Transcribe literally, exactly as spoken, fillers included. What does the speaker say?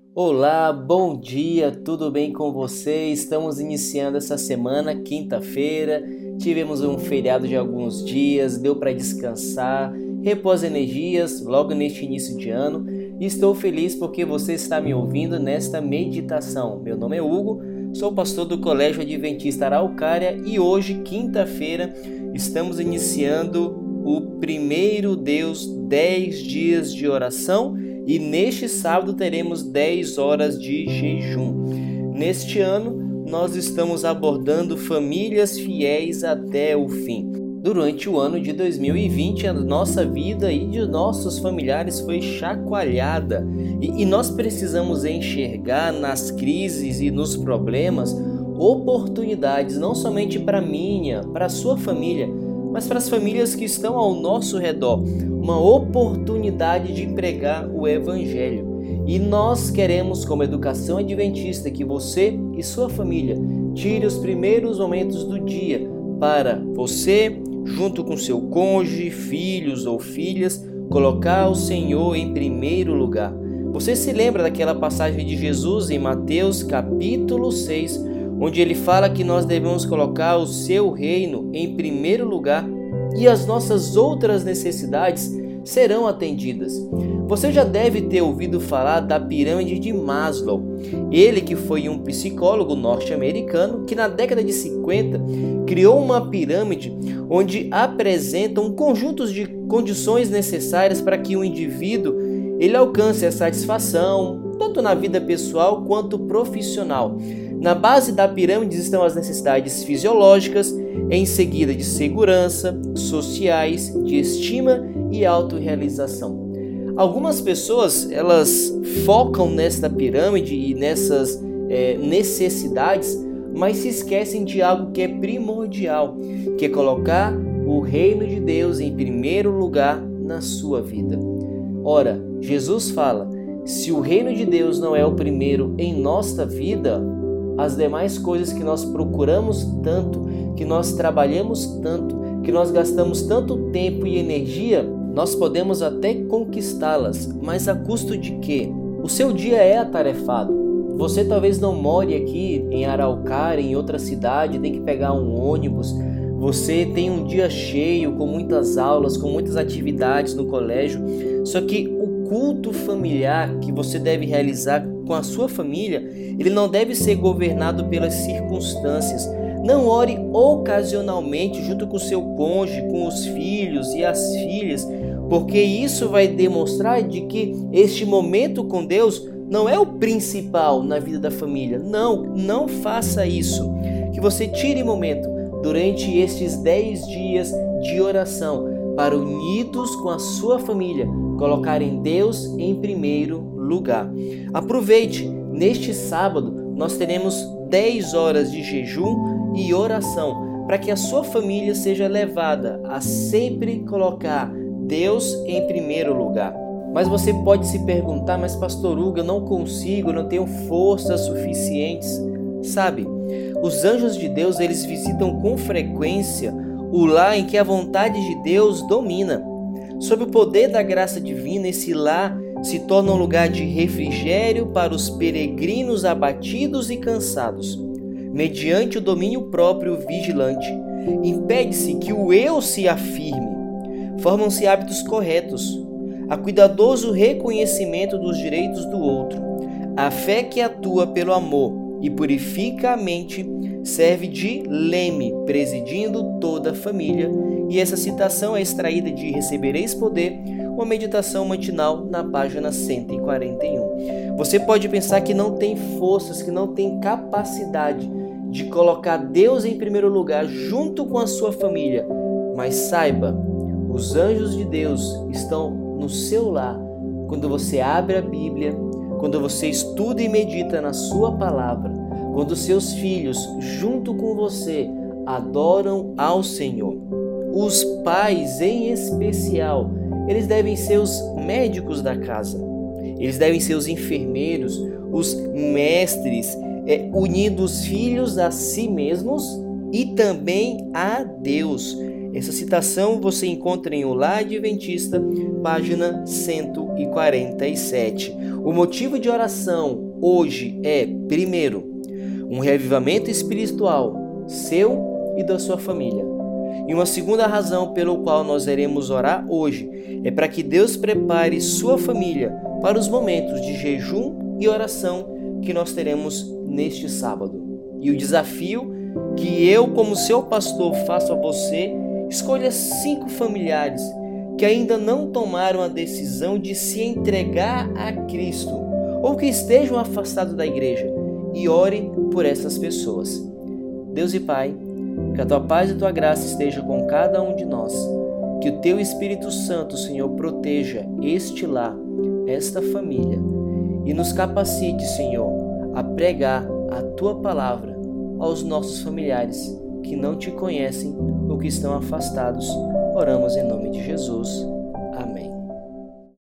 Olá, bom dia, tudo bem com você? Estamos iniciando essa semana, quinta-feira. Tivemos um feriado de alguns dias, deu para descansar, repor as energias logo neste início de ano. E estou feliz porque você está me ouvindo nesta meditação. Meu nome é Hugo, sou pastor do Colégio Adventista Araucária e hoje, quinta-feira, estamos iniciando o primeiro Deus dez dias de oração. E neste sábado teremos dez horas de jejum. Neste ano, nós estamos abordando famílias fiéis até o fim. Durante o ano de dois mil e vinte, a nossa vida e de nossos familiares foi chacoalhada. E, e nós precisamos enxergar nas crises e nos problemas oportunidades, não somente para a minha, para a sua família, mas para as famílias que estão ao nosso redor, uma oportunidade de pregar o Evangelho. E nós queremos, como Educação Adventista, que você e sua família tire os primeiros momentos do dia para você, junto com seu cônjuge, filhos ou filhas, colocar o Senhor em primeiro lugar. Você se lembra daquela passagem de Jesus em Mateus capítulo seis, onde ele fala que nós devemos colocar o seu reino em primeiro lugar e as nossas outras necessidades serão atendidas. Você já deve ter ouvido falar da pirâmide de Maslow. Ele que foi um psicólogo norte-americano que na década de cinquenta criou uma pirâmide onde apresenta um conjunto de condições necessárias para que o indivíduo ele alcance a satisfação, tanto na vida pessoal quanto profissional. Na base da pirâmide estão as necessidades fisiológicas, em seguida de segurança, sociais, de estima e autorrealização. Algumas pessoas elas focam nesta pirâmide e nessas é, necessidades, mas se esquecem de algo que é primordial, que é colocar o reino de Deus em primeiro lugar na sua vida. Ora, Jesus fala, se o reino de Deus não é o primeiro em nossa vida, as demais coisas que nós procuramos tanto, que nós trabalhamos tanto, que nós gastamos tanto tempo e energia, nós podemos até conquistá-las, mas a custo de quê? O seu dia é atarefado. Você talvez não more aqui em Araucária, em outra cidade, tem que pegar um ônibus. Você tem um dia cheio, com muitas aulas, com muitas atividades no colégio. Só que o culto familiar que você deve realizar com a sua família, ele não deve ser governado pelas circunstâncias. Não ore ocasionalmente junto com o seu cônjuge, com os filhos e as filhas, porque isso vai demonstrar de que este momento com Deus não é o principal na vida da família. Não, não faça isso. Que você tire momento durante estes dez dias de oração para, unidos com a sua família, colocarem Deus em primeiro lugar. Aproveite, neste sábado nós teremos dez horas de jejum e oração para que a sua família seja levada a sempre colocar Deus em primeiro lugar. Mas você pode se perguntar, mas pastor Hugo, eu não consigo, eu não tenho forças suficientes. Sabe, os anjos de Deus, eles visitam com frequência o lar em que a vontade de Deus domina. Sob o poder da graça divina, esse lar se torna um lugar de refrigério para os peregrinos abatidos e cansados. Mediante o domínio próprio vigilante, impede-se que o eu se afirme. Formam-se hábitos corretos, a cuidadoso reconhecimento dos direitos do outro. A fé que atua pelo amor e purifica a mente serve de leme, presidindo toda a família. E essa citação é extraída de Recebereis Poder, uma meditação matinal na página cento e quarenta e um. Você pode pensar que não tem forças, que não tem capacidade de colocar Deus em primeiro lugar junto com a sua família, mas saiba, os anjos de Deus estão no seu lar. Quando você abre a Bíblia, quando você estuda e medita na sua palavra, quando seus filhos, junto com você, adoram ao Senhor. Os pais, em especial, eles devem ser os médicos da casa. Eles devem ser os enfermeiros, os mestres, é, unindo os filhos a si mesmos e também a Deus. Essa citação você encontra em O Lar Adventista, página cento e quarenta e sete. O motivo de oração hoje é, primeiro, um revivamento espiritual seu e da sua família. E uma segunda razão pelo qual nós iremos orar hoje é para que Deus prepare sua família para os momentos de jejum e oração que nós teremos neste sábado. E o desafio que eu, como seu pastor, faço a você: escolha cinco familiares que ainda não tomaram a decisão de se entregar a Cristo ou que estejam afastados da igreja, e ore por essas pessoas. Deus e Pai, que a Tua paz e a Tua graça esteja com cada um de nós. Que o Teu Espírito Santo, Senhor, proteja este lar, esta família, e nos capacite, Senhor, a pregar a Tua palavra aos nossos familiares que não Te conhecem ou que estão afastados. Oramos em nome de Jesus. Amém.